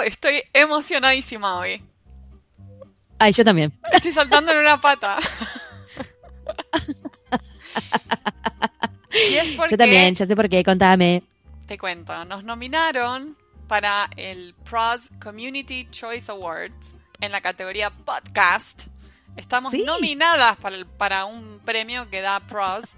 estoy emocionadísima hoy. Ay, yo también. Estoy saltando en una pata. Y es porque... Yo también, ya sé por qué, contame. Te cuento, nos nominaron para el PROS Community Choice Awards en la categoría Podcast. Estamos nominadas para un premio que da PROS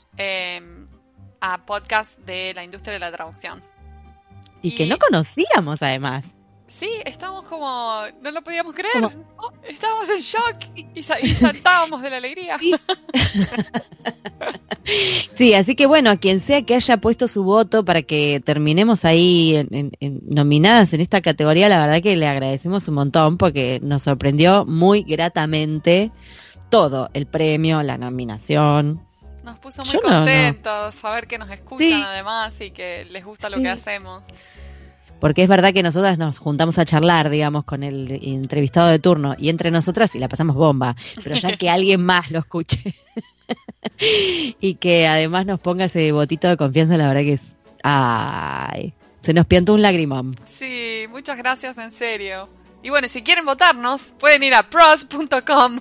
a podcast de la industria de la traducción. Y que no conocíamos, además. Sí, estamos como... No lo podíamos creer. Estábamos en shock y saltábamos de la alegría. Sí. Sí, así que bueno, a quien sea que haya puesto su voto para que terminemos ahí nominadas en esta categoría, la verdad que le agradecemos un montón porque nos sorprendió muy gratamente todo, el premio, la nominación. Nos puso muy contentos saber que nos escuchan además y que les gusta lo que hacemos. Porque es verdad que nosotras nos juntamos a charlar, digamos, con el entrevistado de turno y entre nosotras y la pasamos bomba, pero ya que alguien más lo escuche y que además nos ponga ese botito de confianza, la verdad que es... ¡Ay! Se nos piantó un lagrimón. Sí, muchas gracias, en serio. Y bueno, si quieren votarnos, pueden ir a pros.com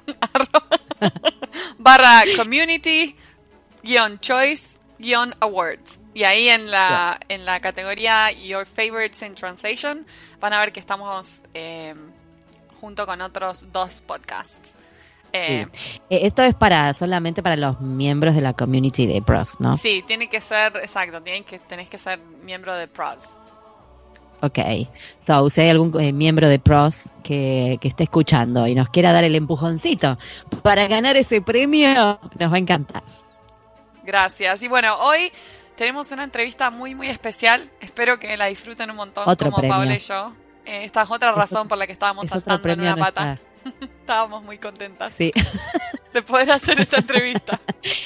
/community-choice-awards. Y ahí en la categoría Your Favorites in Translation van a ver que estamos junto con otros 2 podcasts. Esto es solamente para los miembros de la community de PROS, ¿no? Sí, tiene que ser, exacto, tenés que ser miembro de PROS. Ok, si hay algún miembro de PROS que esté escuchando y nos quiera dar el empujoncito para ganar ese premio, nos va a encantar. Gracias. Y bueno, hoy tenemos una entrevista muy, muy especial. Espero que la disfruten un montón, otro como premio. Paola y yo. Esta es otra razón por la que estábamos saltando en una pata. Estábamos muy contentas de poder hacer esta entrevista.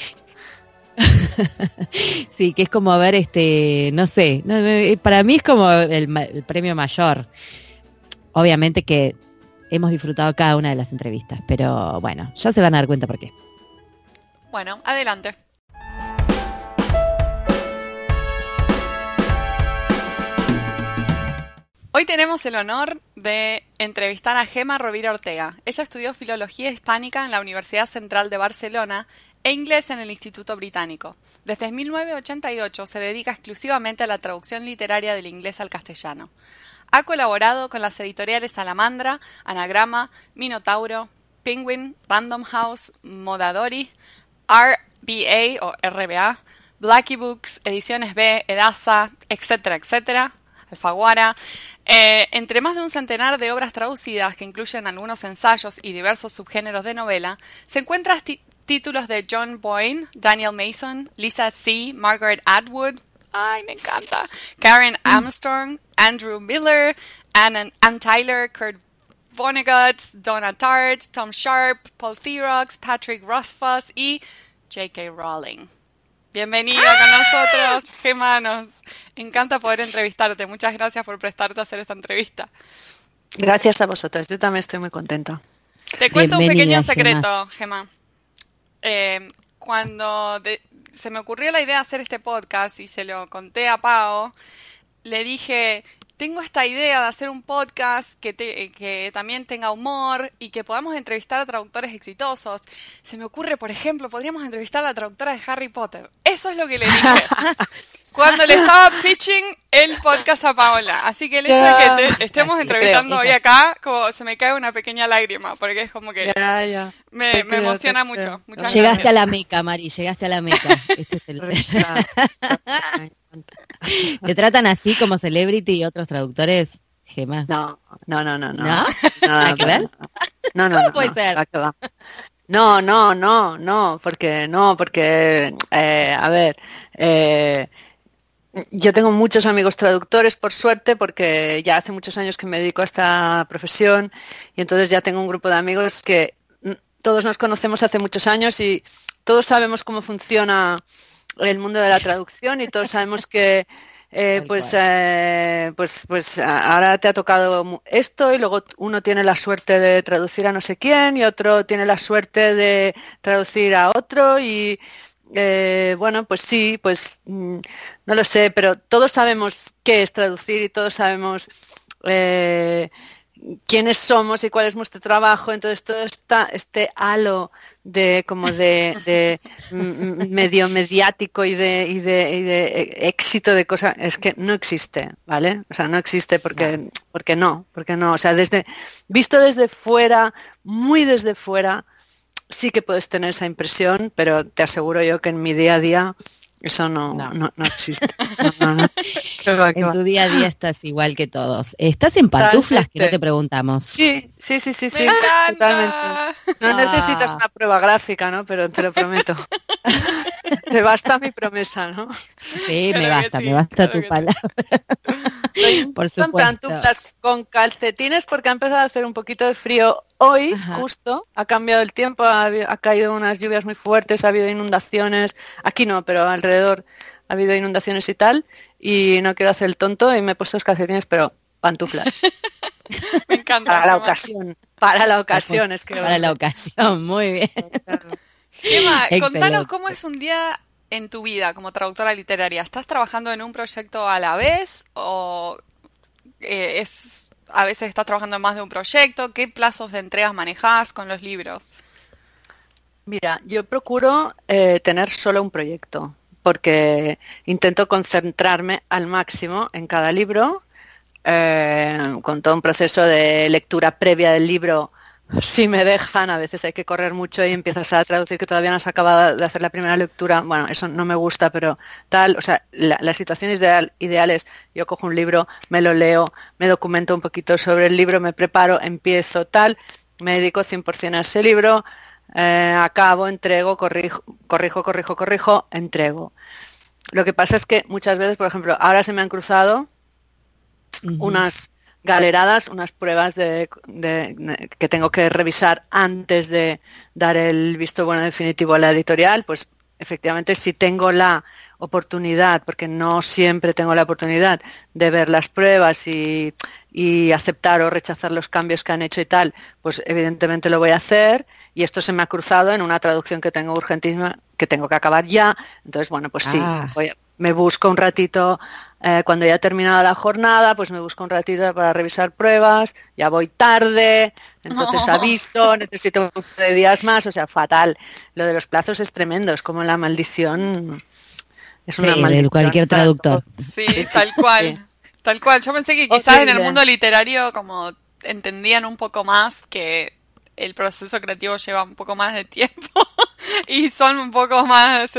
Sí, que es como ver, no sé, para mí es como el premio mayor. Obviamente que hemos disfrutado cada una de las entrevistas, pero bueno, ya se van a dar cuenta por qué. Bueno, adelante. Hoy tenemos el honor de entrevistar a Gemma Rovira Ortega. Ella estudió Filología Hispánica en la Universidad Central de Barcelona e Inglés en el Instituto Británico. Desde 1988 se dedica exclusivamente a la traducción literaria del inglés al castellano. Ha colaborado con las editoriales Salamandra, Anagrama, Minotauro, Penguin, Random House, Mondadori, RBA o RBA, Blackie Books, Ediciones B, Edasa, etcétera, etcétera. Alfaguara, entre más de un centenar de obras traducidas que incluyen algunos ensayos y diversos subgéneros de novela, se encuentran títulos de John Boyne, Daniel Mason, Lisa C., Margaret Atwood, ¡ay, me encanta!, Karen Armstrong, Andrew Miller, Ann Tyler, Kurt Vonnegut, Donna Tartt, Tom Sharp, Paul Theroux, Patrick Rothfuss y J.K. Rowling. Bienvenida con nosotros, Gemma, nos encanta poder entrevistarte. Muchas gracias por prestarte a hacer esta entrevista. Gracias a vosotros, yo también estoy muy contenta. Te cuento un pequeño secreto, Gemma. Cuando se me ocurrió la idea de hacer este podcast y se lo conté a Pao, le dije... Tengo esta idea de hacer un podcast que también tenga humor y que podamos entrevistar a traductores exitosos. Se me ocurre, por ejemplo, podríamos entrevistar a la traductora de Harry Potter. Eso es lo que le dije cuando le estaba pitching el podcast a Paola. Así que el hecho de que te estemos entrevistando hoy acá, como se me cae una pequeña lágrima, porque es como que me emociona mucho. Muchas Llegaste gracias. A la meca, Mari, llegaste a la meca. Este es el... ¿Te tratan así como celebrity y otros traductores, Gemma? No. ¿No? ¿Nada que ver? No. ¿Cómo puede ser? No, porque, a ver, yo tengo muchos amigos traductores, por suerte, porque ya hace muchos años que me dedico a esta profesión y entonces ya tengo un grupo de amigos que todos nos conocemos hace muchos años y todos sabemos cómo funciona el mundo de la traducción y todos sabemos que pues ahora te ha tocado esto y luego uno tiene la suerte de traducir a no sé quién y otro tiene la suerte de traducir a otro y bueno, pues sí, pues no lo sé, pero todos sabemos qué es traducir y todos sabemos quiénes somos y cuál es nuestro trabajo. Entonces todo este halo de medio mediático y de éxito de cosas es que no existe, ¿vale? O sea, no existe porque no. O sea, visto desde fuera, muy desde fuera, sí que puedes tener esa impresión, pero te aseguro yo que en mi día a día eso no existe. No. En tu día a día estás igual que todos. ¿Estás en pantuflas? Que no te preguntamos. Sí. ¡Me encanta! Totalmente. No necesitas una prueba gráfica, ¿no? Pero te lo prometo. Te basta mi promesa, ¿no? Sí, claro me basta tu palabra. Por supuesto. En pantuflas con calcetines porque ha empezado a hacer un poquito de frío hoy, justo. Ha cambiado el tiempo, ha caído unas lluvias muy fuertes, ha habido inundaciones. Aquí no, pero alrededor ha habido inundaciones y tal. Y no quiero hacer el tonto y me he puesto los calcetines, pero pantuflas. Me encanta. Para la ocasión. Para la ocasión, muy bien. Gemma, contanos cómo es un día en tu vida como traductora literaria. ¿Estás trabajando en un proyecto a la vez o a veces estás trabajando en más de un proyecto? ¿Qué plazos de entregas manejás con los libros? Mira, yo procuro tener solo un proyecto porque intento concentrarme al máximo en cada libro, con todo un proceso de lectura previa del libro. Si me dejan, a veces hay que correr mucho y empiezas a traducir que todavía no has acabado de hacer la primera lectura. Bueno, eso no me gusta, pero tal, o sea, la situación ideal es, yo cojo un libro, me lo leo, me documento un poquito sobre el libro, me preparo, empiezo tal, me dedico 100% a ese libro, acabo, entrego, corrijo, entrego. Lo que pasa es que muchas veces, por ejemplo, ahora se me han cruzado unas galeradas, unas pruebas que tengo que revisar antes de dar el visto bueno definitivo a la editorial. Pues efectivamente si tengo la oportunidad, porque no siempre tengo la oportunidad de ver las pruebas y aceptar o rechazar los cambios que han hecho y tal, pues evidentemente lo voy a hacer. Y esto se me ha cruzado en una traducción que tengo urgentísima, que tengo que acabar ya. Entonces, bueno, pues sí, me busco un ratito. Cuando ya he terminado la jornada, pues me busco un ratito para revisar pruebas, ya voy tarde, entonces aviso, necesito un par de días más, o sea, fatal. Lo de los plazos es tremendo, es como la maldición, es una maldición. De cualquier traductor. Sí, tal cual, sí. Tal cual. Yo pensé que quizás en el mundo literario como entendían un poco más que el proceso creativo lleva un poco más de tiempo y son un poco más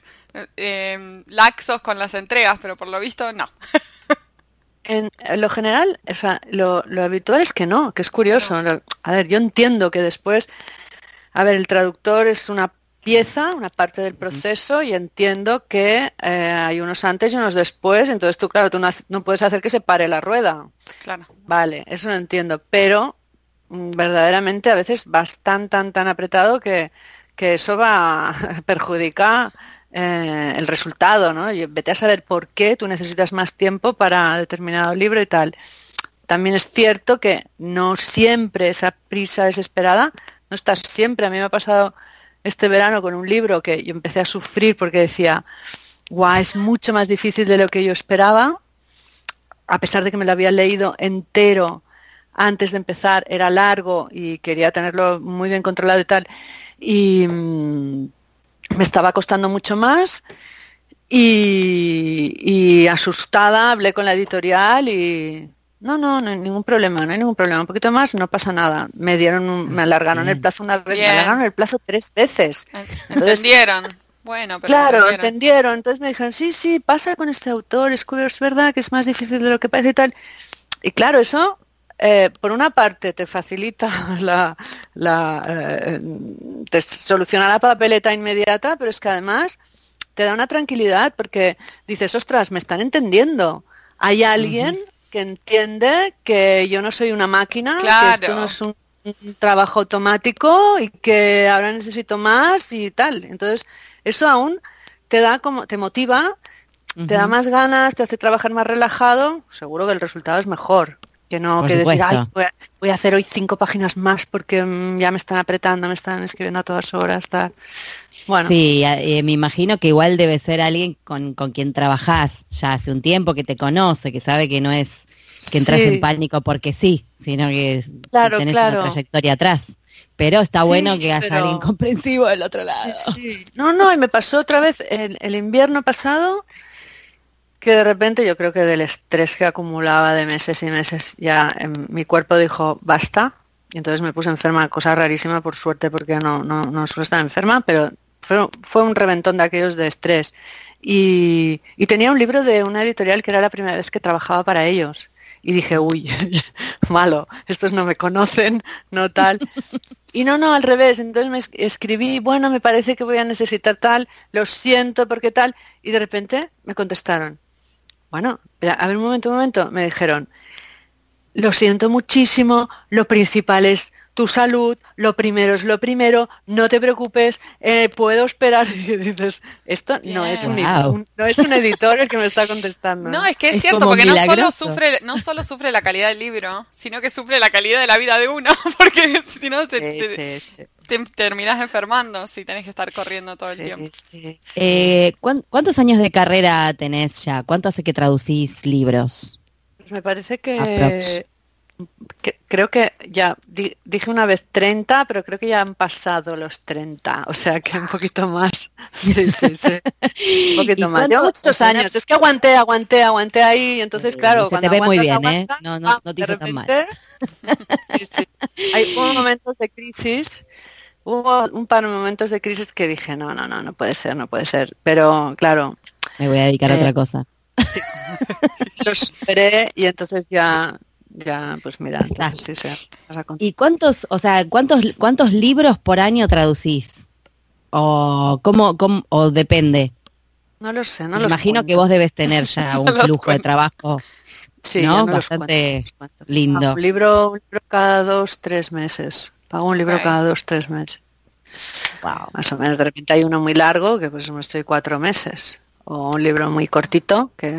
laxos con las entregas, pero por lo visto no. En lo general, o sea, lo habitual es que no, que es curioso. No. A ver, yo entiendo que después, el traductor es una pieza, una parte del proceso, y entiendo que hay unos antes y unos después, entonces tú no puedes hacer que se pare la rueda. Claro. Vale, eso lo entiendo, pero verdaderamente a veces vas tan apretado que eso va a perjudicar el resultado, ¿no? Y vete a saber por qué tú necesitas más tiempo para determinado libro y tal. También es cierto que no siempre esa prisa desesperada, no está siempre. A mí me ha pasado este verano con un libro que yo empecé a sufrir porque decía, guau, es mucho más difícil de lo que yo esperaba, a pesar de que me lo había leído entero antes de empezar, era largo y quería tenerlo muy bien controlado y tal, y me estaba costando mucho más y asustada hablé con la editorial y no hay ningún problema, un poquito más, no pasa nada. Me alargaron el plazo una vez, me alargaron el plazo 3 veces. Entendieron. Bueno, pero claro, entendieron. Entonces me dijeron, sí, pasa con este autor, es verdad que es más difícil de lo que parece y tal. Y claro, eso por una parte te facilita te soluciona la papeleta inmediata, pero es que además te da una tranquilidad porque dices, ostras, me están entendiendo. Hay alguien que entiende que yo no soy una máquina, claro, que esto no es un trabajo automático y que ahora necesito más y tal. Entonces, eso aún te motiva, te da más ganas, te hace trabajar más relajado. Seguro que el resultado es mejor. Que no, por que supuesto. decir, voy a hacer hoy 5 páginas más porque ya me están apretando, me están escribiendo a todas horas, tal. Bueno. Sí, me imagino que igual debe ser alguien con quien trabajás ya hace un tiempo, que te conoce, que sabe que no es que entras Sí. en pánico porque sí, sino que Claro, tenés claro. una trayectoria atrás. Pero está Sí, bueno que haya pero- alguien comprensivo del otro lado. Sí. No, y me pasó otra vez el invierno pasado, que de repente yo creo que del estrés que acumulaba de meses y meses, ya mi cuerpo dijo, basta, y entonces me puse enferma, cosa rarísima por suerte, porque no suelo estar enferma, pero fue un reventón de aquellos de estrés. Y tenía un libro de una editorial que era la primera vez que trabajaba para ellos. Y dije, uy, malo, estos no me conocen, no tal. Y no, al revés. Entonces escribí, bueno, me parece que voy a necesitar tal, lo siento porque tal. Y de repente me contestaron, bueno, espera, a ver, un momento, me dijeron, lo siento muchísimo, lo principal es tu salud, lo primero es lo primero, no te preocupes, puedo esperar. Y dices, esto no es Wow. no es un editor el que me está contestando. No, es que es Es cierto, como porque milagroso. no solo sufre la calidad del libro, sino que sufre la calidad de la vida de uno, porque si no Sí. te terminas enfermando si tenés que estar corriendo todo el Sí, tiempo. sí. ¿Cuántos años de carrera tenés ya? ¿Cuánto hace que traducís libros? Pues me parece Aprox. que creo que ya dije una vez 30, pero creo que ya han pasado los 30, o sea que un poquito más. Sí. Un poquito ¿Y más. Llevo cuánto- muchos años. Es que aguanté ahí, entonces claro, se te cuando ve muy aguantas, bien, ¿eh? aguantas, No te de hizo tan mal. repente, sí. Hubo momentos de crisis. Hubo un par de momentos de crisis que dije, no puede ser. Pero claro, Me voy a dedicar a Eh, otra cosa. lo superé y entonces ya pues mira, está. entonces sí, vas a contar. ¿Y cuántos libros por año traducís? ¿O o depende? No lo sé, no Me los imagino que cuento. vos debes tener ya un No los flujo de cuento. trabajo, Sí, ¿no? ya no Bastante los cuento. lindo. Un libro cada 2, 3 meses. Pago un libro Ok. cada 2, 3 meses. Wow. Más o menos, de repente hay uno muy largo que pues me estoy 4 meses. O un libro muy cortito que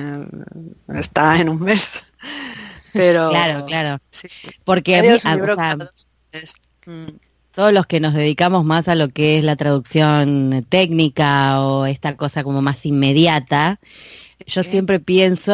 está en un mes. Pero Claro. sí. Porque a mí, Adiós, un o libro sea, cada 2 meses. todos los que nos dedicamos más a lo que es la traducción técnica o esta cosa como más inmediata, yo Sí. siempre pienso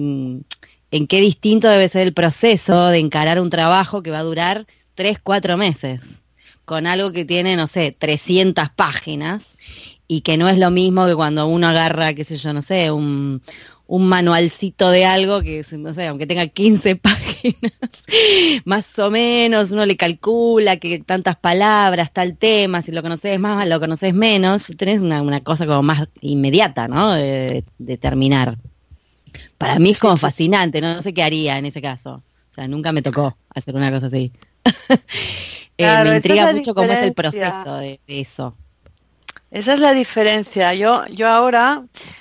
en qué distinto debe ser el proceso de encarar un trabajo que va a durar 3, 4 meses, con algo que tiene, no sé, 300 páginas, y que no es lo mismo que cuando uno agarra, qué sé yo, no sé, un manualcito de algo que, no sé, aunque tenga 15 páginas, más o menos uno le calcula que tantas palabras, tal tema, si lo conoces más, lo conoces menos, tenés una cosa como más inmediata, ¿no? De terminar. Para mí es como fascinante, no sé qué haría en ese caso. O sea, nunca me tocó hacer una cosa así. Claro, Me esa es intriga la mucho cómo es el diferencia. proceso de eso. Esa es la diferencia. Yo ahora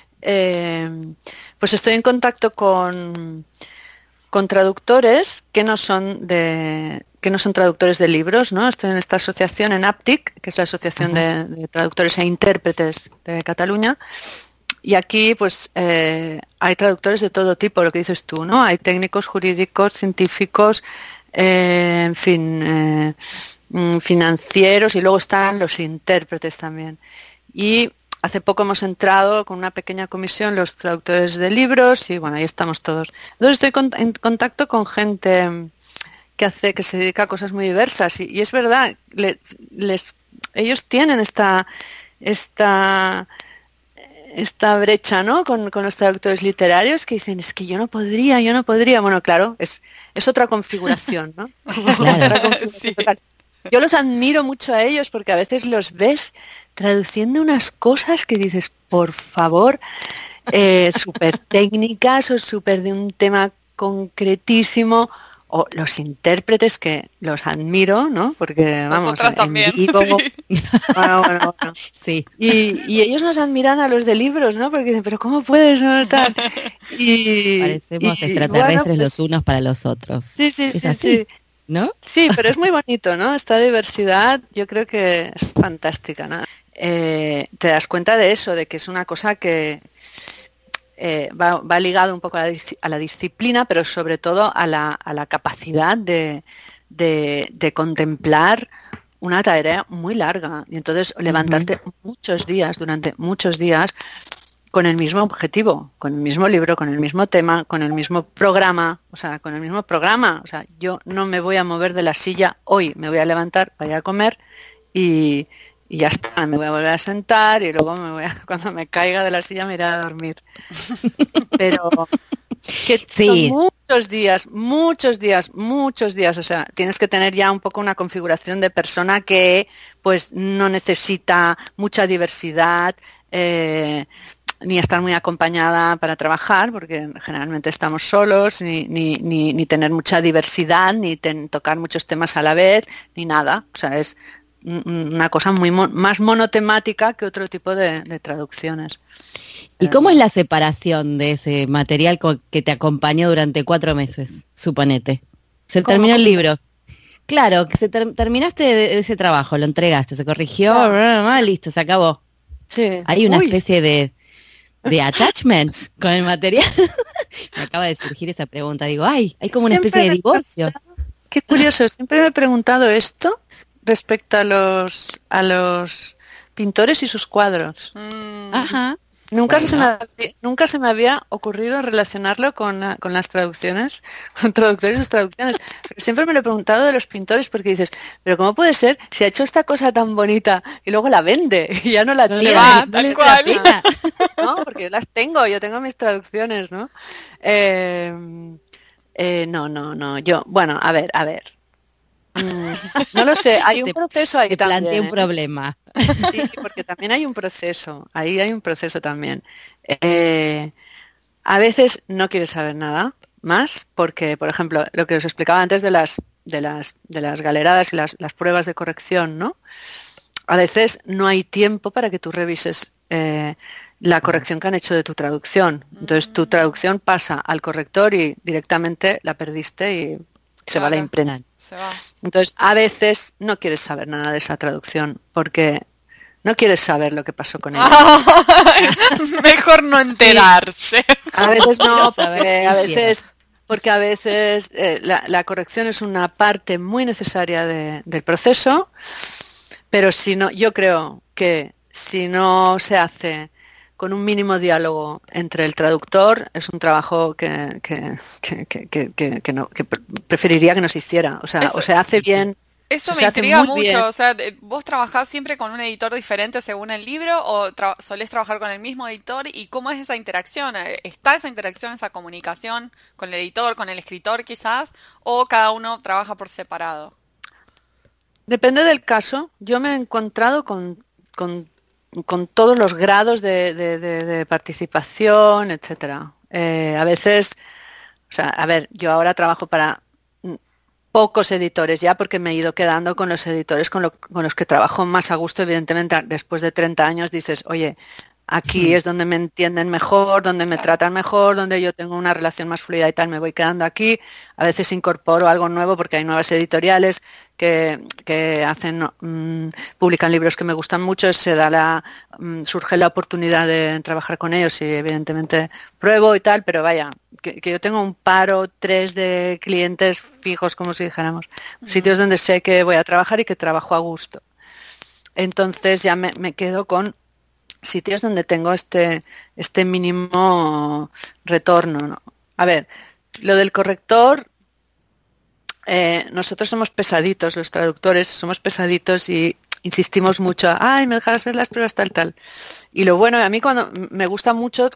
pues estoy en contacto con traductores que no son traductores de libros, ¿no? Estoy en esta asociación, en APTIC, que es la Asociación de Traductores e Intérpretes de Cataluña. Y aquí pues hay traductores de todo tipo, lo que dices tú, ¿no? Hay técnicos, jurídicos, científicos, en fin, financieros, y luego están los intérpretes también. Y hace poco hemos entrado con una pequeña comisión los traductores de libros y bueno, ahí estamos todos. Entonces estoy en contacto con gente que se dedica a cosas muy diversas y es verdad, ellos tienen esta brecha, ¿no? Con los traductores literarios que dicen, es que yo no podría. Bueno, claro, es otra configuración, ¿no? Claro. Otra configuración Sí. total. Yo los admiro mucho a ellos porque a veces los ves traduciendo unas cosas que dices, por favor, súper técnicas o súper de un tema concretísimo. O los intérpretes que los admiro, ¿no? Porque, vamos, Nosotras en también. vivo, Sí. bueno. Sí. Y ellos nos admiran a los de libros, ¿no? Porque dicen, pero ¿cómo puedes? ¿No? Tal. Parecemos Y, extraterrestres bueno, los pues, unos para los otros. sí, Es así, ¿no? Sí, pero es muy bonito, ¿no? Esta diversidad yo creo que es fantástica, ¿no? Te das cuenta de eso, de que es una cosa que va ligado un poco a la disciplina, pero sobre todo a la capacidad de contemplar una tarea muy larga y entonces levantarte durante muchos días con el mismo objetivo, con el mismo libro, con el mismo tema, con el mismo programa, o sea, yo no me voy a mover de la silla hoy, me voy a levantar, voy a comer y ya está, me voy a volver a sentar y luego cuando me caiga de la silla me iré a dormir. Pero que Sí. son muchos días, o sea, tienes que tener ya un poco una configuración de persona que pues no necesita mucha diversidad, ni estar muy acompañada para trabajar, porque generalmente estamos solos, ni tener mucha diversidad, ni tocar muchos temas a la vez, ni nada. O sea, es una cosa muy más monotemática que otro tipo de traducciones. ¿Y cómo es la separación de ese material que te acompañó durante 4 meses, suponete? Se terminó el libro. Claro, que terminaste de ese trabajo, lo entregaste, se corrigió, listo, se acabó. Sí. Hay una especie de attachments con el material. Me acaba de surgir esa pregunta. Digo, hay como una especie de divorcio. Qué curioso, siempre me he preguntado esto respecto a los pintores y sus cuadros. Ajá. Nunca se me había ocurrido relacionarlo con las traducciones, con traductores y sus traducciones. Pero siempre me lo he preguntado de los pintores porque dices, pero ¿cómo puede ser si ha hecho esta cosa tan bonita y luego la vende y ya no la tiene? Va, tal cual. No, porque yo tengo mis traducciones, ¿no? No, bueno, a ver. No lo sé, hay un proceso ahí también. Te planteé un problema. Sí, porque también hay un proceso, ahí hay un proceso también. A veces no quieres saber nada más, porque, por ejemplo, lo que os explicaba antes de las galeradas y las pruebas de corrección, ¿no? A veces no hay tiempo para que tú revises la corrección que han hecho de tu traducción. Entonces tu traducción pasa al corrector y directamente la perdiste y se va a la imprenta. Entonces, a veces no quieres saber nada de esa traducción porque no quieres saber lo que pasó con ella. Mejor no enterarse. Sí. A veces no, porque a veces la corrección es una parte muy necesaria del proceso, pero yo creo que si no se hace con un mínimo diálogo entre el traductor, es un trabajo que preferiría que no se hiciera. O sea, o se hace bien. Eso me intriga mucho. Bien. O sea, ¿vos trabajás siempre con un editor diferente según el libro o solés trabajar con el mismo editor? ¿Y cómo es esa interacción? ¿Está esa interacción, esa comunicación con el editor, con el escritor quizás? ¿O cada uno trabaja por separado? Depende del caso. Yo me he encontrado con todos los grados de participación, etcétera. A veces, o sea, a ver, yo ahora trabajo para pocos editores ya porque me he ido quedando con los editores con los que trabajo más a gusto. Evidentemente, después de 30 años dices, oye, aquí es donde me entienden mejor, donde me tratan mejor, donde yo tengo una relación más fluida y tal, me voy quedando aquí. A veces incorporo algo nuevo porque hay nuevas editoriales que hacen publican libros que me gustan mucho, surge la oportunidad de trabajar con ellos y evidentemente pruebo y tal, pero vaya, que yo tengo un paro, 3 de clientes fijos, como si dijéramos, sitios donde sé que voy a trabajar y que trabajo a gusto. Entonces ya me quedo con sitios donde tengo este mínimo retorno, ¿no? A ver, lo del corrector, nosotros somos pesaditos, los traductores somos pesaditos y insistimos mucho, ay, me dejarás ver las pruebas tal. Y lo bueno, a mí cuando me gusta mucho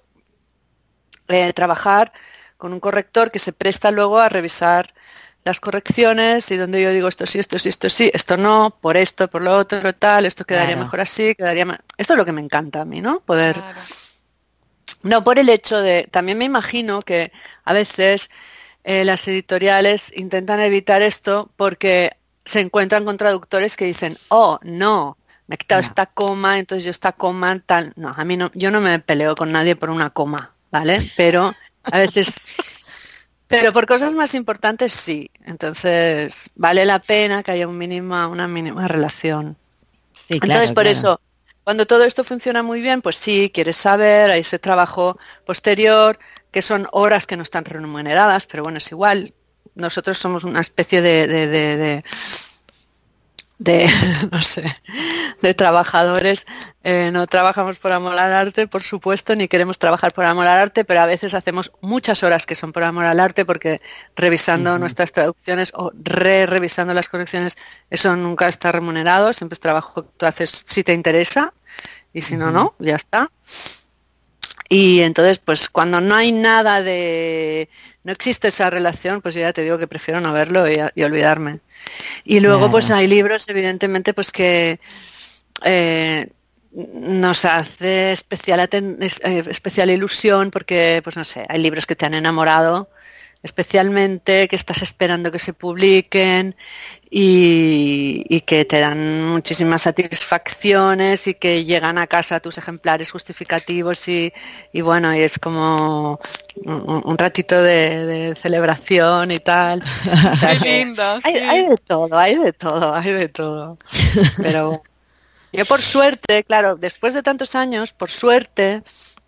trabajar con un corrector que se presta luego a revisar las correcciones y donde yo digo esto sí, esto no, por esto, por lo otro, tal, esto quedaría mejor así, Esto es lo que me encanta a mí, ¿no? Poder... Claro. No, por el hecho de... También me imagino que a veces las editoriales intentan evitar esto porque se encuentran con traductores que dicen, oh, no, me he quitado esta coma, entonces yo esta coma, tal... No, a mí no, yo no me peleo con nadie por una coma, ¿vale? Pero a veces... Pero por cosas más importantes sí. Entonces vale la pena que haya una mínima relación. Sí, claro, entonces por eso, cuando todo esto funciona muy bien, pues sí, quieres saber, hay ese trabajo posterior, que son horas que no están remuneradas, pero bueno, es igual. Nosotros somos una especie de no sé, de trabajadores. No trabajamos por amor al arte, por supuesto, ni queremos trabajar por amor al arte, pero a veces hacemos muchas horas que son por amor al arte, porque revisando nuestras traducciones o revisando las correcciones, eso nunca está remunerado, siempre es trabajo que tú haces si te interesa, y si no, no, ya está. Y entonces, pues cuando no hay nada no existe esa relación, pues yo ya te digo que prefiero no verlo y olvidarme. Y luego pues hay libros, evidentemente, pues que nos hace especial ilusión porque, pues no sé, hay libros que te han enamorado especialmente, que estás esperando que se publiquen y que te dan muchísimas satisfacciones y que llegan a casa tus ejemplares justificativos y bueno, y es como un ratito de celebración y tal. O sea, qué lindo, sí. Hay de todo. Pero yo por suerte, claro, después de tantos años, por suerte,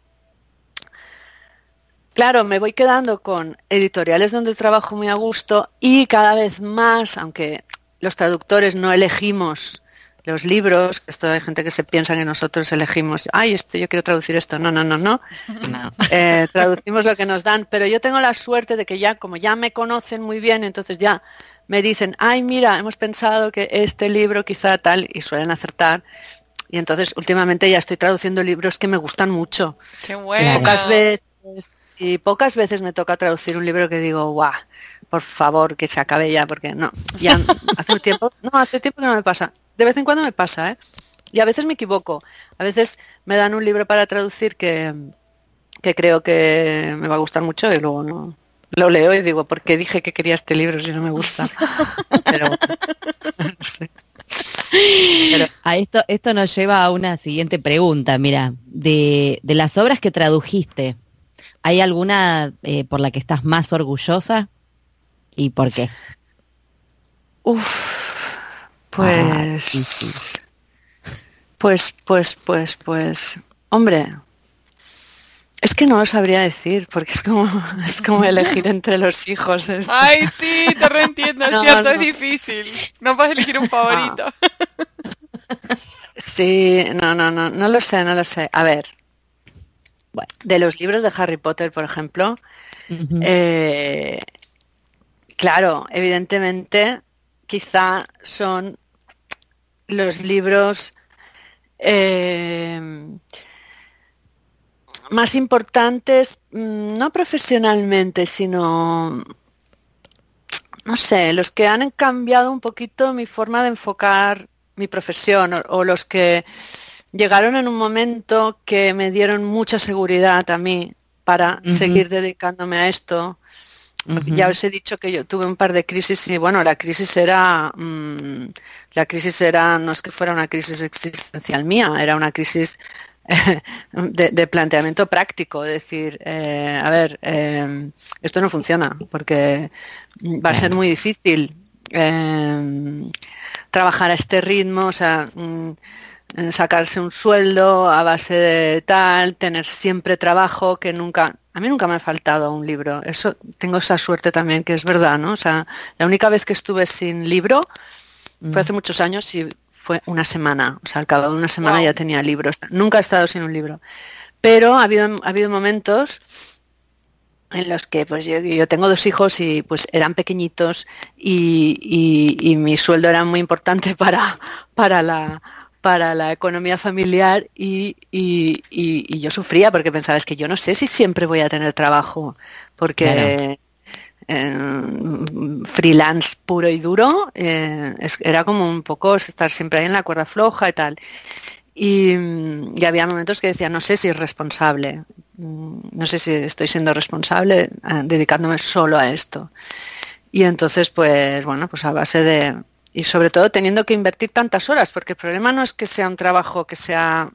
claro, me voy quedando con editoriales donde trabajo muy a gusto y cada vez más, aunque los traductores no elegimos los libros, que esto hay gente que se piensa que nosotros elegimos, yo quiero traducir esto, no. Traducimos lo que nos dan, pero yo tengo la suerte de que ya, como ya me conocen muy bien, entonces ya me dicen, mira, hemos pensado que este libro quizá tal, y suelen acertar, y entonces últimamente ya estoy traduciendo libros que me gustan mucho. ¡Qué bueno! Pocas veces me toca traducir un libro que digo, guau, por favor, que se acabe ya, porque no, ya hace tiempo que no me pasa. De vez en cuando me pasa, y a veces me equivoco. A veces me dan un libro para traducir que creo que me va a gustar mucho y luego no lo leo y digo, ¿por qué dije que quería este libro si no me gusta? Pero no sé. Pero esto nos lleva a una siguiente pregunta. Mira, de las obras que tradujiste, ¿hay alguna por la que estás más orgullosa? ¿Y por qué? Pues, hombre, es que no lo sabría decir, porque es como elegir entre los hijos. Ay, sí, te reentiendo, es cierto, es difícil. No puedes elegir un favorito. Sí, no lo sé. A ver, bueno, de los libros de Harry Potter, por ejemplo, claro, evidentemente, quizá son los libros más importantes, no profesionalmente, sino, no sé, los que han cambiado un poquito mi forma de enfocar mi profesión o los que llegaron en un momento que me dieron mucha seguridad a mí para seguir dedicándome a esto. Ya os he dicho que yo tuve un par de crisis y bueno, la crisis era no es que fuera una crisis existencial mía, era una crisis de planteamiento práctico, es decir, esto no funciona porque va a ser muy difícil trabajar a este ritmo, o sea, sacarse un sueldo a base de tal, tener siempre trabajo, que a mí nunca me ha faltado un libro. Eso, tengo esa suerte también, que es verdad, ¿no? O sea, la única vez que estuve sin libro fue hace muchos años y fue una semana. O sea, al cabo de una semana ya tenía libros. Nunca he estado sin un libro. Pero ha habido momentos en los que pues yo tengo 2 hijos y pues eran pequeñitos y mi sueldo era muy importante para la economía familiar y yo sufría porque pensaba, es que yo no sé si siempre voy a tener trabajo, porque freelance puro y duro era como un poco estar siempre ahí en la cuerda floja y tal. Y había momentos que decía, no sé si es responsable, no sé si estoy siendo responsable dedicándome solo a esto. Y entonces, pues bueno, pues a base de... Y sobre todo teniendo que invertir tantas horas, porque el problema no es que sea un trabajo que sea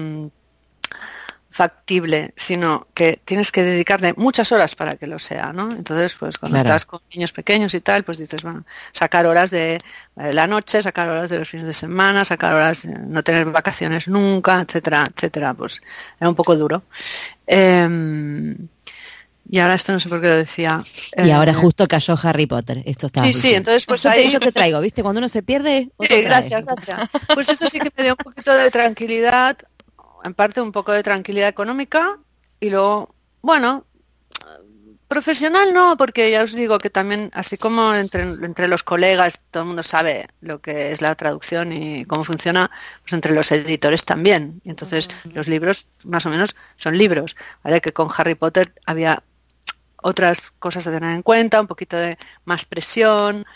factible, sino que tienes que dedicarle muchas horas para que lo sea, ¿no? Entonces, pues cuando estás con niños pequeños y tal, pues dices, bueno, sacar horas de la noche, sacar horas de los fines de semana, sacar horas de no tener vacaciones nunca, etcétera, etcétera, pues era un poco duro. Y ahora esto no sé por qué lo decía. Y ahora justo cayó Harry Potter. Esto está. Sí, entonces pues ahí yo te traigo, ¿viste? Cuando uno se pierde, sí, gracias. Pues eso sí que me dio un poquito de tranquilidad, en parte un poco de tranquilidad económica y luego, bueno, profesional no, porque ya os digo que también, así como entre los colegas todo el mundo sabe lo que es la traducción y cómo funciona, pues entre los editores también. Y entonces los libros más o menos son libros, ¿vale? Que con Harry Potter había otras cosas a tener en cuenta, un poquito de más presión,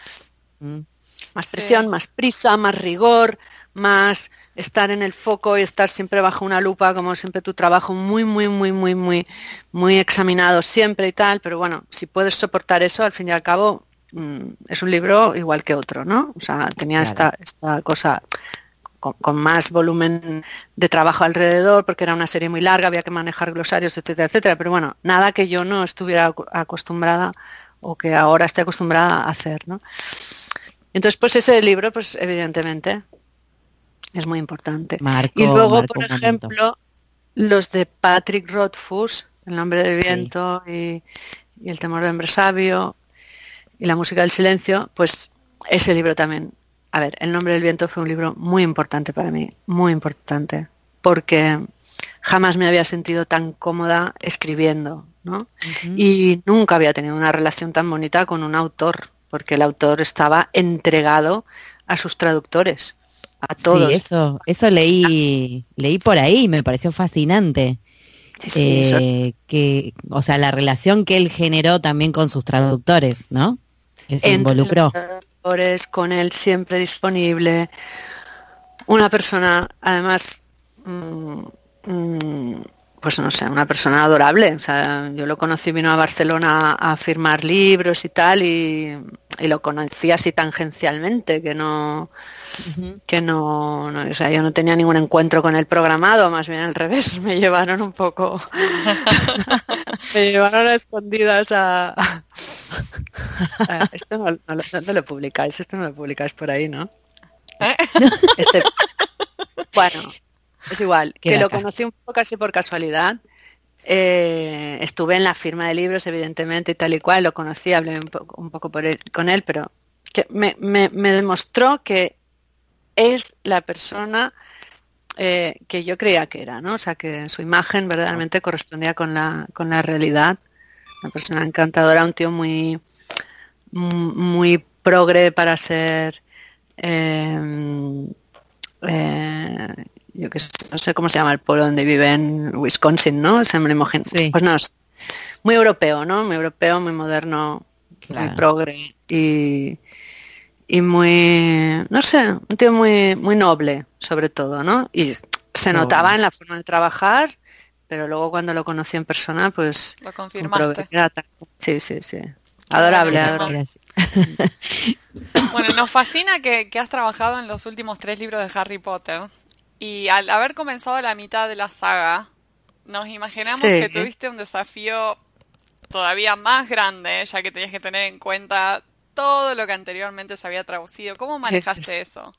más prisa, más rigor, más estar en el foco y estar siempre bajo una lupa, como siempre tu trabajo muy examinado siempre y tal, pero bueno, si puedes soportar eso, al fin y al cabo es un libro igual que otro, ¿no? O sea, tenía esta cosa con más volumen de trabajo alrededor, porque era una serie muy larga, había que manejar glosarios, etcétera, etcétera, pero bueno, nada que yo no estuviera acostumbrada o que ahora esté acostumbrada a hacer, ¿no? Entonces, pues ese libro, pues evidentemente es muy importante. Y luego, por ejemplo, los de Patrick Rothfuss, El nombre del viento y El temor del hombre sabio y La música del silencio, pues ese libro también. A ver, El nombre del viento fue un libro muy importante para mí, muy importante, porque jamás me había sentido tan cómoda escribiendo, ¿no? Y nunca había tenido una relación tan bonita con un autor, porque el autor estaba entregado a sus traductores, a todos. Sí, eso leí por ahí, me pareció fascinante. Sí, que, o sea, la relación que él generó también con sus traductores, ¿no? Que se involucró. Con él siempre disponible, una persona, además, pues no sé, una persona adorable. O sea, yo lo conocí, vino a Barcelona a firmar libros y tal, y lo conocí así tangencialmente, que no, o sea, yo no tenía ningún encuentro con él programado, más bien al revés, me llevaron un poco, me llevaron a escondidas a esto no lo publicáis, esto no lo publicáis por ahí, ¿no? Bueno, es igual, que lo conocí un poco casi por casualidad. Estuve en la firma de libros, evidentemente, y tal y cual, lo conocí, hablé un poco con él, pero que me demostró que es la persona que yo creía que era, ¿no? O sea, que su imagen verdaderamente correspondía con la realidad. Una persona encantadora, un tío muy progre para ser yo que sé, no sé cómo se llama el pueblo donde vive en Wisconsin, ¿no? Se me imagino. Sí. Pues no, es muy europeo, ¿no? Muy europeo, muy moderno, muy progre y muy, no sé, un tío muy noble, sobre todo, ¿no? Y se notaba en la forma de trabajar, pero luego cuando lo conocí en persona, pues lo confirmaste. Sí. Adorable. Bueno, nos fascina que has trabajado en los últimos 3 libros de Harry Potter. Y al haber comenzado la mitad de la saga, nos imaginamos que tuviste un desafío todavía más grande, ya que tenías que tener en cuenta todo lo que anteriormente se había traducido. ¿Cómo manejaste eso?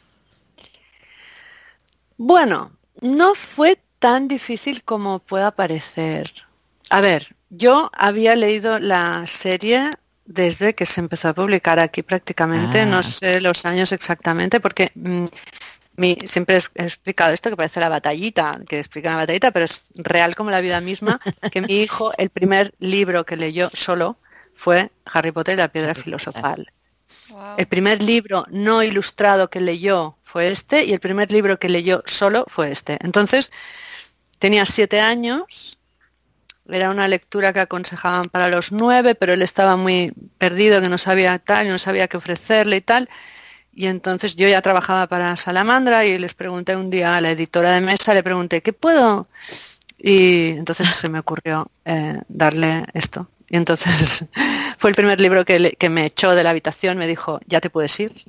Bueno, no fue tan difícil como pueda parecer. A ver, yo había leído la serie desde que se empezó a publicar aquí prácticamente, no sé los años exactamente, porque siempre he explicado esto, que parece la batallita, que explica la batallita, pero es real como la vida misma, que mi hijo, el primer libro que leyó solo fue Harry Potter y la piedra filosofal. Wow. El primer libro no ilustrado que leyó fue este, y el primer libro que leyó solo fue este. Entonces, tenía 7 años, era una lectura que aconsejaban para los 9, pero él estaba muy perdido, que no sabía tal, no sabía qué ofrecerle y tal. Y entonces yo ya trabajaba para Salamandra y les pregunté un día a la editora de mesa, le pregunté, ¿qué puedo? Y entonces se me ocurrió darle esto. Y entonces fue el primer libro que me echó de la habitación, me dijo, ya te puedes ir.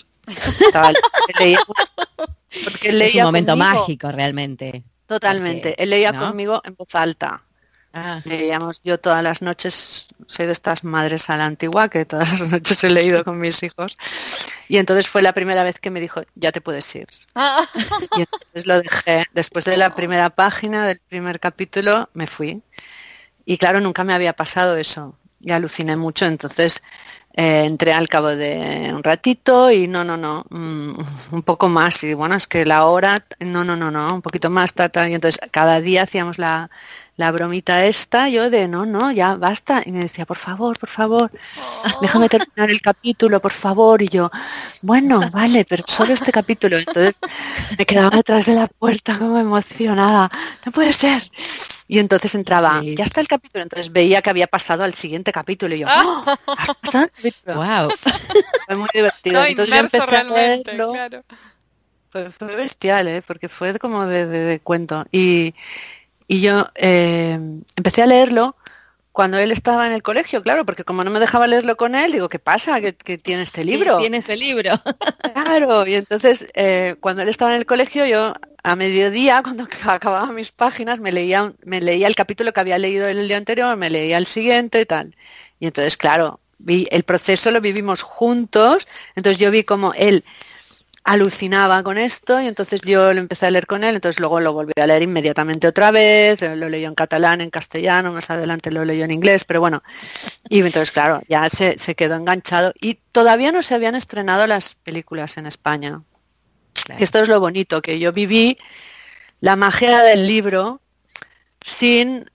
Porque es un momento mágico realmente. Totalmente. Él leía conmigo en voz alta. Leíamos, yo todas las noches, soy de estas madres a la antigua, que todas las noches he leído con mis hijos, y entonces fue la primera vez que me dijo, ya te puedes ir. Y entonces lo dejé, después de la primera página del primer capítulo me fui, Y claro, nunca me había pasado eso. Y aluciné mucho, entonces entré al cabo de un ratito y un poco más. Y bueno, es que la hora, un poquito más, y entonces cada día hacíamos la bromita esta, yo de ya basta. Y me decía, por favor, déjame terminar el capítulo, por favor. Y yo, bueno, vale, pero solo este capítulo. Entonces me quedaba detrás de la puerta como emocionada. No puede ser. Y entonces entraba, ya está el capítulo. Entonces veía que había pasado al siguiente capítulo. Y yo, ¿has pasado el capítulo? Wow. Fue muy divertido. No, entonces yo empecé realmente, a leerlo. claro. Fue bestial, porque fue como de cuento. Y yo empecé a leerlo cuando él estaba en el colegio, claro, porque como no me dejaba leerlo con él, digo, ¿qué pasa? ¿Que tiene este libro? ¿Qué tiene ese libro? Claro, y entonces cuando él estaba en el colegio, yo a mediodía, cuando acababa mis páginas, me leía el capítulo que había leído el día anterior, me leía el siguiente y tal. Y entonces, claro, el proceso lo vivimos juntos, entonces yo vi como él alucinaba con esto y entonces yo lo empecé a leer con él, entonces luego lo volví a leer inmediatamente otra vez, lo leyó en catalán, en castellano, más adelante lo leyó en inglés, pero bueno, y entonces claro, ya se quedó enganchado y todavía no se habían estrenado las películas en España. Claro. Esto es lo bonito, que yo viví la magia del libro sin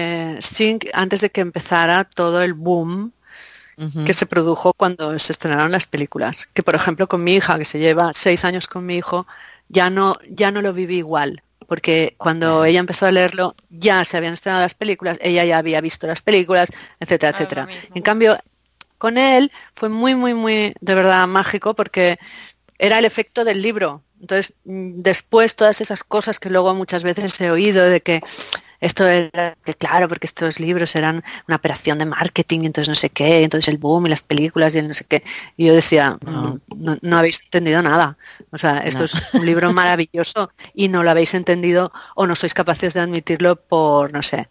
antes de que empezara todo el boom que se produjo cuando se estrenaron las películas. Que por ejemplo con mi hija, que se lleva 6 años con mi hijo, ya no lo viví igual. Porque cuando ella empezó a leerlo, ya se habían estrenado las películas, ella ya había visto las películas, etcétera, etcétera. En cambio, con él fue muy, muy, muy, de verdad, mágico, porque era el efecto del libro. Entonces, después todas esas cosas que luego muchas veces he oído de que esto era, que claro, porque estos libros eran una operación de marketing, entonces no sé qué, entonces el boom y las películas y el no sé qué. Y yo decía, no habéis entendido nada. O sea, esto es un libro maravilloso y no lo habéis entendido o no sois capaces de admitirlo por, no sé,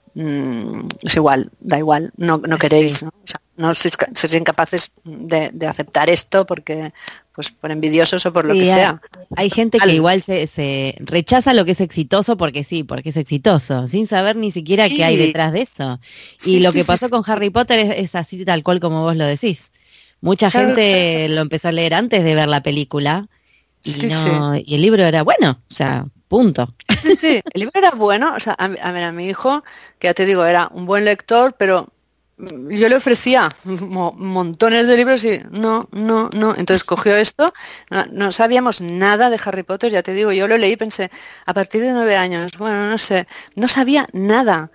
es igual, da igual, no queréis, sí. ¿No? O sea, no sois incapaces de aceptar esto porque pues por envidiosos o por lo que sea. Hay gente que igual se rechaza lo que es exitoso porque es exitoso, sin saber ni siquiera qué hay detrás de eso. Y lo que pasó con Harry Potter es así tal cual como vos lo decís. Mucha gente lo empezó a leer antes de ver la película y y el libro era bueno, o sea, punto. Sí, el libro era bueno, o sea, a mi hijo, que ya te digo, era un buen lector, pero yo le ofrecía montones de libros y no. Entonces cogió esto, no sabíamos nada de Harry Potter, ya te digo, yo lo leí y pensé, a partir de 9 años, bueno, no sé, no sabía nada.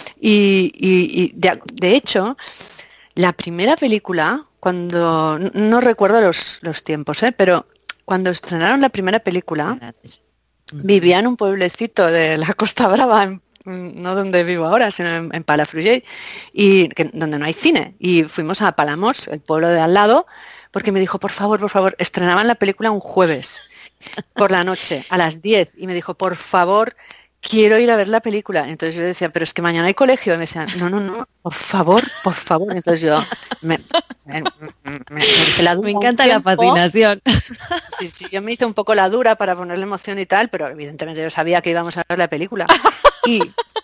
Y de hecho, la primera película, cuando, no recuerdo los tiempos, pero cuando estrenaron la primera película, vivía en un pueblecito de la Costa Brava, no donde vivo ahora, sino en Palafrugell, donde no hay cine. Y fuimos a Palamós, el pueblo de al lado, porque me dijo, por favor, estrenaban la película un jueves por la noche, a las 10, y me dijo, por favor, quiero ir a ver la película. Entonces yo decía, pero es que mañana hay colegio. Y me decían, no, por favor. Entonces yo me hice la dura. Me encanta la fascinación. Sí, yo me hice un poco la dura para ponerle emoción y tal, pero evidentemente yo sabía que íbamos a ver la película. Y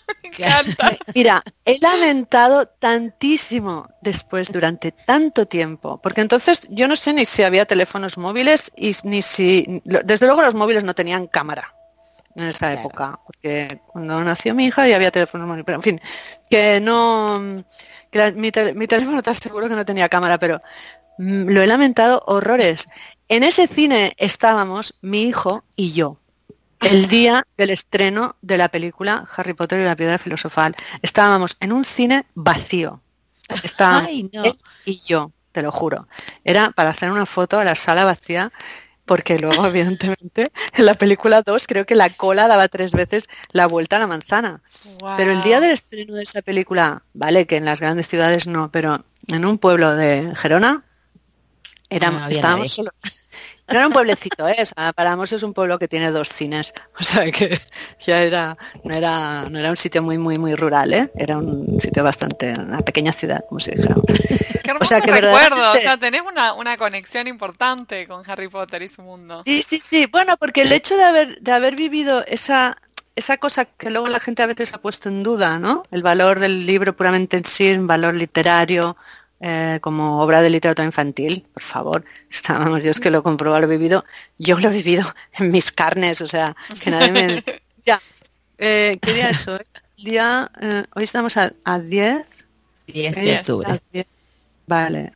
mira, he lamentado tantísimo después durante tanto tiempo, porque entonces yo no sé ni si había teléfonos móviles y ni si, desde luego los móviles no tenían cámara en esa época, porque cuando nació mi hija ya había teléfonos móviles, pero en fin, que no, mi teléfono te aseguro que no tenía cámara, pero lo he lamentado horrores. En ese cine estábamos mi hijo y yo. El día del estreno de la película Harry Potter y la Piedra Filosofal. Estábamos en un cine vacío. Estábamos él y yo, te lo juro. Era para hacer una foto a la sala vacía, porque luego, evidentemente, en la película 2 creo que la cola daba 3 veces la vuelta a la manzana. Wow. Pero el día del estreno de esa película, vale, que en las grandes ciudades no, pero en un pueblo de Gerona, estábamos solos. No era un pueblecito, o sea, Palamós es un pueblo que tiene 2 cines, o sea que ya no era un sitio muy, muy, muy rural, era un sitio bastante, una pequeña ciudad, como se dijera. Qué hermoso recuerdo, o sea, tenés una conexión importante con Harry Potter y su mundo. Sí, bueno, porque el hecho de haber vivido esa esa cosa que luego la gente a veces ha puesto en duda, ¿no? El valor del libro puramente en sí, un valor literario, como obra de literatura infantil, por favor. Vamos, yo es que lo compruebo, lo he vivido, yo lo he vivido en mis carnes, o sea, que nadie me... Ya, ¿qué día es hoy? Hoy estamos a 10. 10 de octubre. Vale.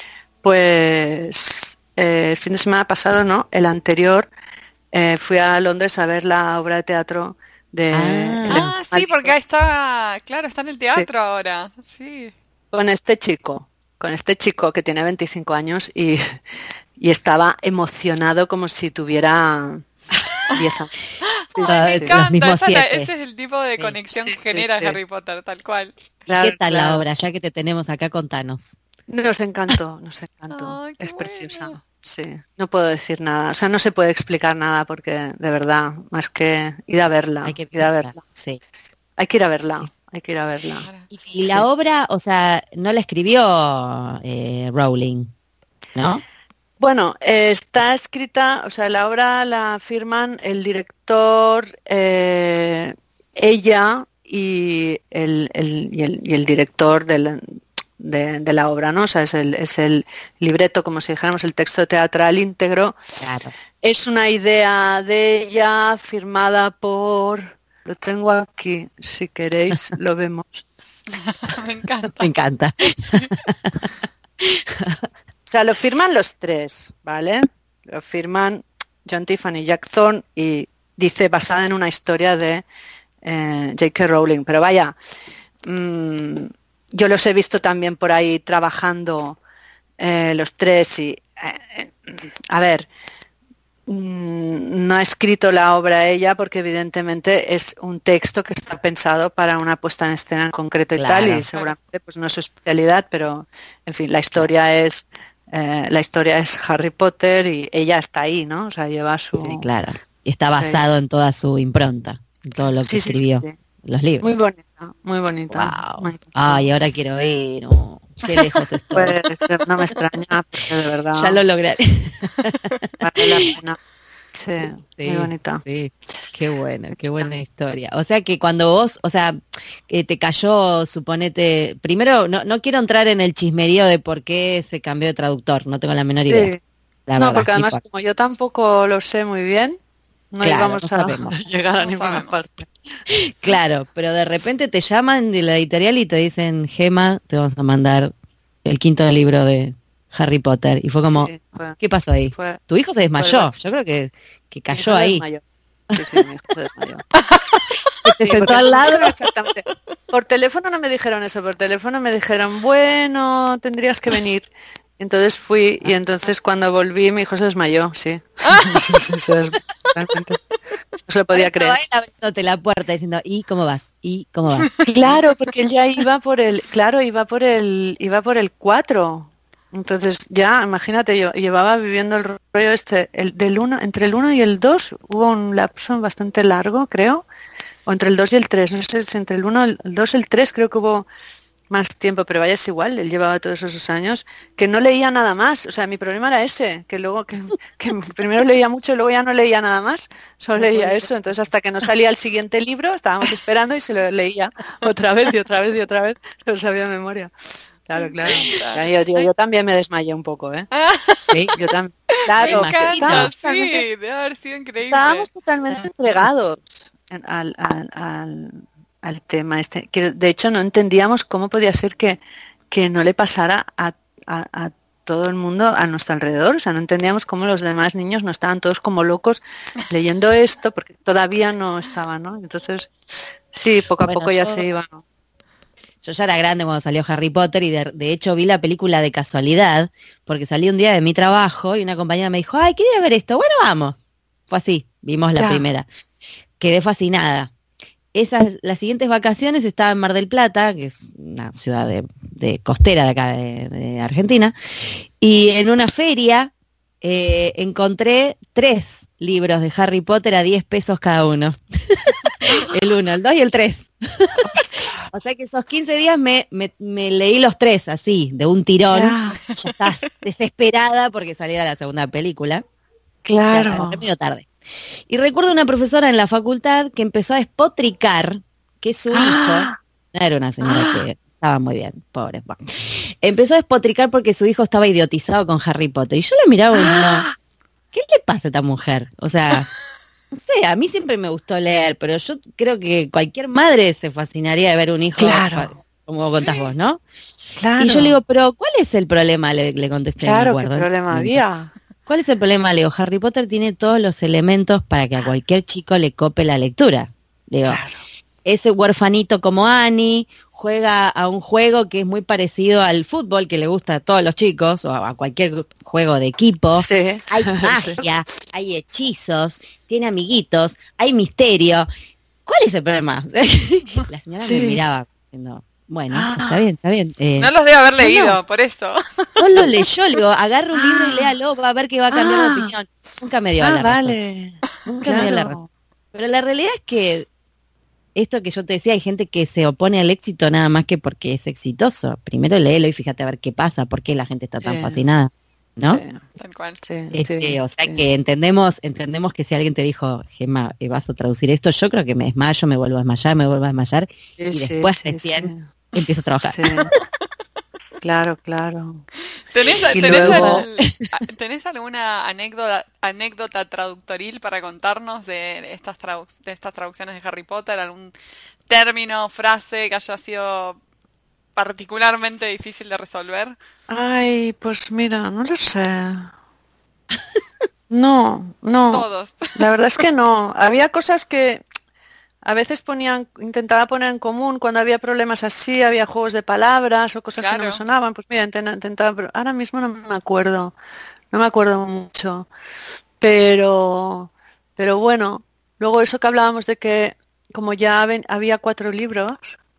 Pues el fin de semana pasado, ¿no? El anterior, fui a Londres a ver la obra de teatro de... sí, porque está, claro, está en el teatro ahora. Sí. Con este chico que tiene 25 años y estaba emocionado como si tuviera 10 años. Sí, me encanta, ese es el tipo de conexión que genera Harry Potter, tal cual. Claro, ¿qué tal la obra? Ya que te tenemos acá, contanos. Nos encantó. Ay, es preciosa. Bueno. Sí, no puedo decir nada, o sea, no se puede explicar nada porque de verdad, más que ir a verla, hay que ir a verla. Sí. Hay que ir a verla. Y la obra, o sea, no la escribió Rowling, ¿no? Bueno, está escrita, o sea, la obra la firman el director, ella y el director de la obra, ¿no? O sea, es el libreto, como si dijéramos, el texto teatral íntegro. Claro. Es una idea de ella firmada por... Lo tengo aquí, si queréis, lo vemos. Me encanta. Me encanta. Sí. O sea, lo firman los tres, ¿vale? Lo firman John Tiffany, Jack Thorne y dice basada en una historia de J.K. Rowling. Pero vaya, yo los he visto también por ahí trabajando los tres y, a ver, no ha escrito la obra ella porque evidentemente es un texto que está pensado para una puesta en escena en concreto y tal, y seguramente pues no es su especialidad, pero en fin, la historia es Harry Potter y ella está ahí, ¿no? O sea, lleva su... Sí, claro. Y está basado en toda su impronta, en todo lo que escribió, los libros. Muy bonita. Wow. Ay, ahora quiero ir. Oh, qué lejos estoy. Pues no me extraña, porque de verdad... Ya lo lograré. Vale la pena. Sí, muy bonita. Sí, qué buena historia. O sea que cuando vos, o sea, que te cayó, suponete, primero, no quiero entrar en el chismerío de por qué se cambió de traductor, no tengo la menor idea. La no, verdad, porque además como yo tampoco lo sé muy bien, no íbamos a llegar a ninguna parte. Claro, pero de repente te llaman de la editorial y te dicen, Gema, te vamos a mandar el 5.º libro de Harry Potter. Y fue como, ¿qué pasó ahí? Tu hijo se desmayó. Yo creo que cayó ahí. Sí, mi hijo se desmayó. Te sentó al lado. Exactamente. Por teléfono no me dijeron eso, por teléfono me dijeron, bueno, tendrías que venir. Entonces fui y entonces cuando volví mi hijo se desmayó, sí. Se desmayó, totalmente. No se lo podía creer. Abriéndote la puerta diciendo, ¿y cómo vas? ¿Y cómo vas? Claro, porque él ya iba por el 4. Entonces ya, imagínate, yo llevaba viviendo el rollo entre el 1 y el 2 hubo un lapso bastante largo, creo, o entre el 2 y el 3, no sé si entre el 1, el 2 y el 3 creo que hubo más tiempo, pero vaya, es igual, él llevaba todos esos años que no leía nada más, o sea, mi problema era ese, que luego que primero leía mucho y luego ya no leía nada más, solo leía eso, entonces hasta que no salía el siguiente libro estábamos esperando y se lo leía otra vez, lo sabía de memoria. Claro. Yo también me desmayé un poco, ¿eh? Sí, yo también. Claro, me encanta, sí, debe haber sido increíble. Estábamos totalmente entregados al tema este, que de hecho no entendíamos cómo podía ser que no le pasara a todo el mundo a nuestro alrededor, o sea, no entendíamos cómo los demás niños no estaban todos como locos leyendo esto, porque todavía no estaban, ¿no? Entonces, sí, poco a poco ya se iba, ¿no? Yo ya era grande cuando salió Harry Potter y de hecho vi la película de casualidad, porque salí un día de mi trabajo y una compañera me dijo, ay, ¿quieres ver esto? Bueno, vamos. Fue así, vimos la primera. Quedé fascinada. Las siguientes vacaciones estaba en Mar del Plata, que es una ciudad de costera de acá de Argentina, y en una feria encontré 3 libros de Harry Potter a 10 pesos cada uno. El 1, el 2 y el 3. O sea que esos 15 días me leí los 3 así, de un tirón. Ya estás desesperada porque saliera la segunda película. Claro. Ya, medio tarde. Y recuerdo una profesora en la facultad que empezó a despotricar que su hijo, no era una señora que estaba muy bien, pobre, bueno, empezó a despotricar porque su hijo estaba idiotizado con Harry Potter. Y yo la miraba y no, ¿qué le pasa a esta mujer? O sea, no sé, a mí siempre me gustó leer, pero yo creo que cualquier madre se fascinaría de ver un hijo, claro, como contás vos, ¿no? Claro. Y yo le digo, pero ¿cuál es el problema? Le contesté. Claro, ¿qué problema había? ¿Cuál es el problema? Le digo, Harry Potter tiene todos los elementos para que a cualquier chico le cope la lectura. Le digo, Claro. ese huerfanito como Annie juega a un juego que es muy parecido al fútbol, que le gusta a todos los chicos, o a cualquier juego de equipo. Sí. Hay magia, hay hechizos, tiene amiguitos, hay misterio. ¿Cuál es el problema? La señora me miraba diciendo, bueno, está bien. No los debe haber leído, por eso. No lo leyó, le digo, agarra un libro y léalo, va a ver que va a cambiar de opinión. Nunca me dio la razón. Vale. Nunca me dio la razón. Pero la realidad es que esto que yo te decía, hay gente que se opone al éxito nada más que porque es exitoso. Primero léelo y fíjate a ver qué pasa, por qué la gente está tan fascinada, ¿no? Sí. Tal cual. O sea que entendemos que si alguien te dijo, Gemma, vas a traducir esto, yo creo que me desmayo, me vuelvo a desmayar y después recién empiezo a trabajar. Sí. Claro. ¿Tenés alguna anécdota traductoril para contarnos de estas traducciones de Harry Potter? ¿Algún término, frase que haya sido particularmente difícil de resolver? Ay, pues mira, no lo sé. No. Todos. La verdad es que no. Había cosas que a veces intentaba poner en común cuando había problemas así, había juegos de palabras o cosas que no me sonaban. Pues mira, intentaba, pero ahora mismo no me acuerdo mucho. Pero bueno, luego eso que hablábamos de que como ya había 4 libros,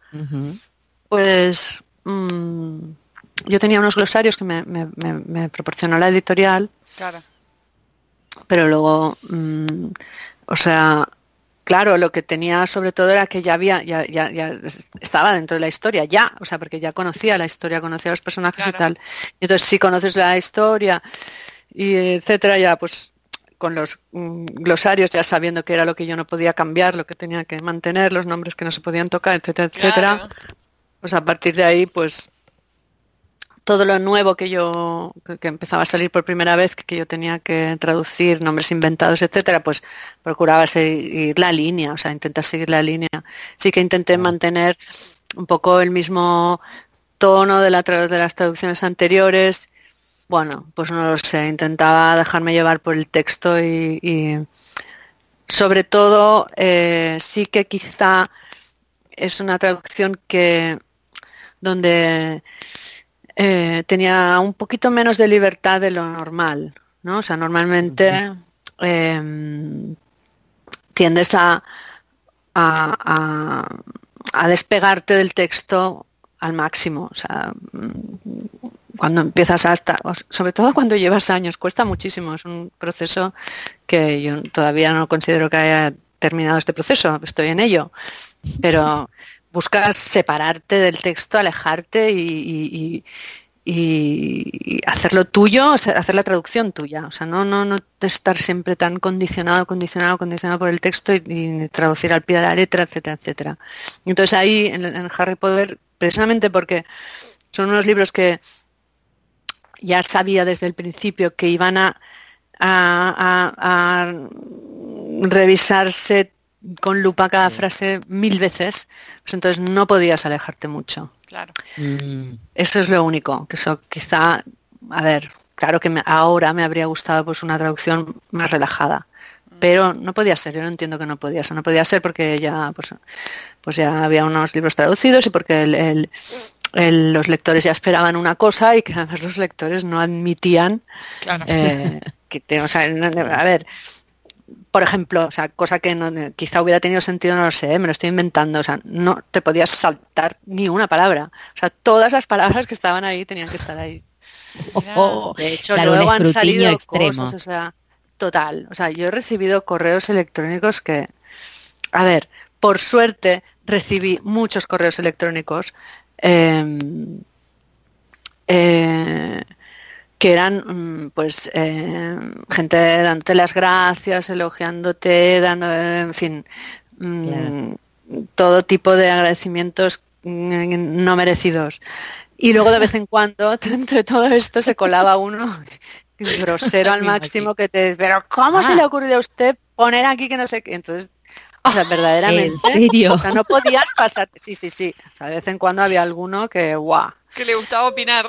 pues yo tenía unos glosarios que me proporcionó la editorial. Claro. Pero luego, o sea, claro, lo que tenía sobre todo era que ya estaba dentro de la historia, o sea, porque ya conocía la historia, conocía a los personajes y tal. Y entonces si conoces la historia y etcétera, ya pues con los glosarios, ya sabiendo que era lo que yo no podía cambiar, lo que tenía que mantener, los nombres que no se podían tocar, etcétera, pues a partir de ahí, pues todo lo nuevo que empezaba a salir por primera vez, que yo tenía que traducir, nombres inventados, etcétera, pues procuraba seguir la línea, o sea, intentar seguir la línea. Sí que intenté mantener un poco el mismo tono de las traducciones anteriores. Bueno, pues no lo sé, intentaba dejarme llevar por el texto y sobre todo sí que quizá es una traducción donde tenía un poquito menos de libertad de lo normal, ¿no? O sea, normalmente tiendes a despegarte del texto al máximo. O sea, cuando empiezas sobre todo cuando llevas años, cuesta muchísimo. Es un proceso que yo todavía no considero que haya terminado este proceso, estoy en ello. Pero buscas separarte del texto, alejarte y hacerlo tuyo, o sea, hacer la traducción tuya. O sea, no estar siempre tan condicionado por el texto y traducir al pie de la letra, etcétera. Entonces ahí en Harry Potter, precisamente porque son unos libros que ya sabía desde el principio que iban a revisarse con lupa cada frase 1000 veces, pues entonces no podías alejarte mucho. Claro. Eso es lo único, que eso quizá, a ver, claro que ahora me habría gustado pues una traducción más relajada, pero no podía ser, yo no entiendo que no podía ser porque ya pues ya había unos libros traducidos y porque los lectores ya esperaban una cosa y que además los lectores no admitían o sea, a ver, por ejemplo, o sea, cosa que quizá hubiera tenido sentido, no lo sé, me lo estoy inventando, o sea, no te podías saltar ni una palabra, o sea, todas las palabras que estaban ahí tenían que estar ahí. De hecho, claro, luego han salido extremo. Cosas, o sea, total, o sea, yo he recibido correos electrónicos que, a ver, por suerte recibí muchos correos electrónicos que eran pues gente dándote las gracias, elogiándote, dando, en fin, Claro. todo tipo de agradecimientos no merecidos. Y luego de vez en cuando, entre todo esto, se colaba uno grosero al Me máximo imagino. que te... Pero ¿cómo se le ocurrió a usted poner aquí que no sé qué? Entonces, o sea, ¿En verdaderamente, serio? o sea, no podías pasarte. Sí, sí, sí. O sea, de vez en cuando había alguno que, guau. Que le gustaba opinar.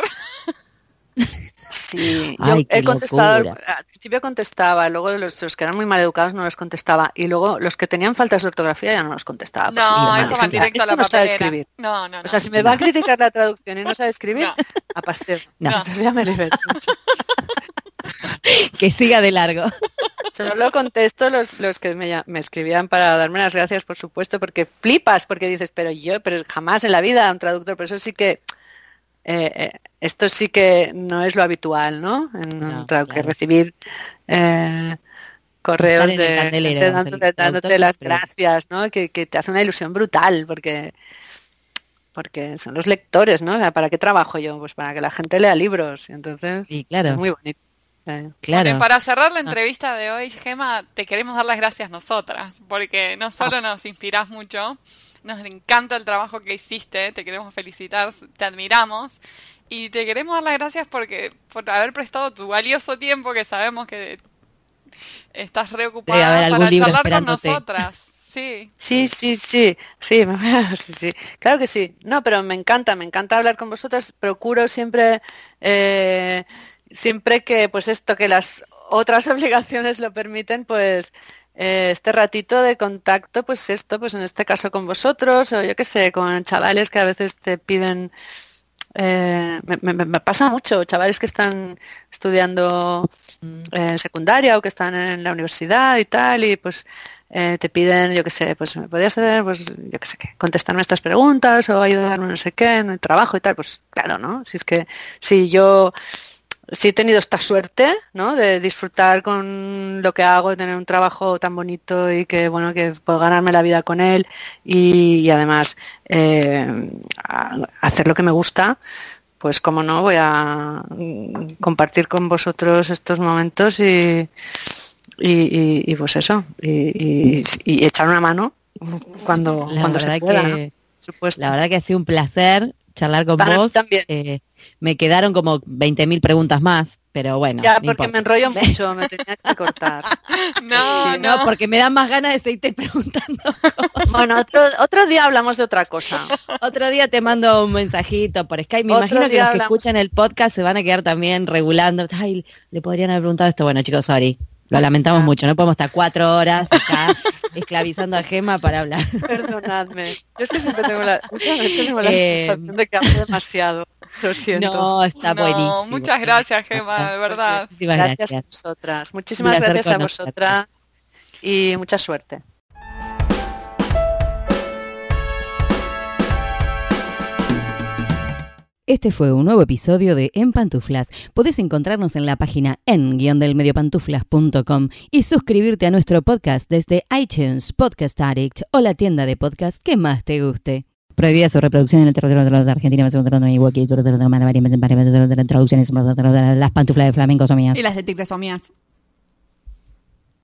Sí, yo Ay, qué he contestado, locura. al principio contestaba, luego los que eran muy mal educados no los contestaba, y luego los que tenían faltas de ortografía ya no los contestaba. Pues No, sí, eso vale, van directo a la no sabe papelera. escribir. No, no, O no. sea, si me va a criticar la traducción y no sabe escribir, No. a paseo. No. Entonces ya me libero mucho. Que siga de largo. Solo contesto los que me escribían para darme las gracias, por supuesto, porque flipas, porque dices, pero jamás en la vida un traductor, por eso sí que esto sí que no es lo habitual, ¿no? No, Que claro. recibir correos Estar en el candelero, gente digamos, el dándote traductor las siempre. gracias, ¿no? Que te hace una ilusión brutal, porque son los lectores, ¿no? O sea, ¿para qué trabajo yo? Pues para que la gente lea libros, y entonces Sí, es claro, muy bonito. claro. Bueno, y para cerrar la Ah, entrevista de hoy, Gema, te queremos dar las gracias nosotras, porque no solo nos inspirás mucho, nos encanta el trabajo que hiciste, te queremos felicitar, te admiramos, y te queremos dar las gracias por haber prestado tu valioso tiempo, que sabemos que estás Debe haber reocupada, algún para libro charlar con esperándote. nosotras. Sí. Sí, sí, sí, sí, sí, sí, claro que sí. No, pero me encanta hablar con vosotras. Procuro siempre, siempre que, pues esto, que las otras obligaciones lo permiten, pues este ratito de contacto, pues esto, pues en este caso con vosotros, o yo qué sé, con chavales que a veces te piden. Me pasa mucho, chavales que están estudiando secundaria o que están en la universidad y tal, y pues te piden, yo qué sé, pues me podías hacer, pues yo qué sé qué, contestarme estas preguntas o ayudarme no sé qué en el trabajo y tal, pues claro, ¿no? Si es que si yo sí he tenido esta suerte, ¿no? De disfrutar con lo que hago, de tener un trabajo tan bonito y que, bueno, que puedo ganarme la vida con él y además hacer lo que me gusta, pues como no, voy a compartir con vosotros estos momentos y pues eso, y echar una mano cuando se pueda, ¿no? Por supuesto. La verdad que ha sido un placer charlar con Para mí vos. también. Me quedaron como 20.000 preguntas más, pero bueno. Ya, no porque importa. me enrollo mucho, me tenías que cortar. No, Sí, no. No, porque me dan más ganas de seguirte preguntando. Bueno, otro día hablamos de otra cosa. Otro día te mando un mensajito por Skype. Me Otro imagino que día los que hablamos. escuchan el podcast se van a quedar también regulando. Ay, le podrían haber preguntado esto. Bueno, chicos, sorry. Lo lamentamos mucho. No podemos estar 4 horas acá esclavizando a Gema para hablar. Perdonadme. Yo es que siempre últimamente tengo la sensación de que hablo demasiado. Lo siento. No, está No, buenísimo. muchas gracias, Gema, de verdad. Muchísimas Gracias a gracias. vosotras. Muchísimas Un placer gracias a conocerte. vosotras y mucha suerte. Este fue un nuevo episodio de En Pantuflas. Podés encontrarnos en la página en-delmediopantuflas.com y suscribirte a nuestro podcast desde iTunes, Podcast Addict o la tienda de podcast que más te guste. Prohibida su reproducción en el territorio de Argentina, traducciones, las pantuflas de flamenco son mías. Y las de tigre son mías.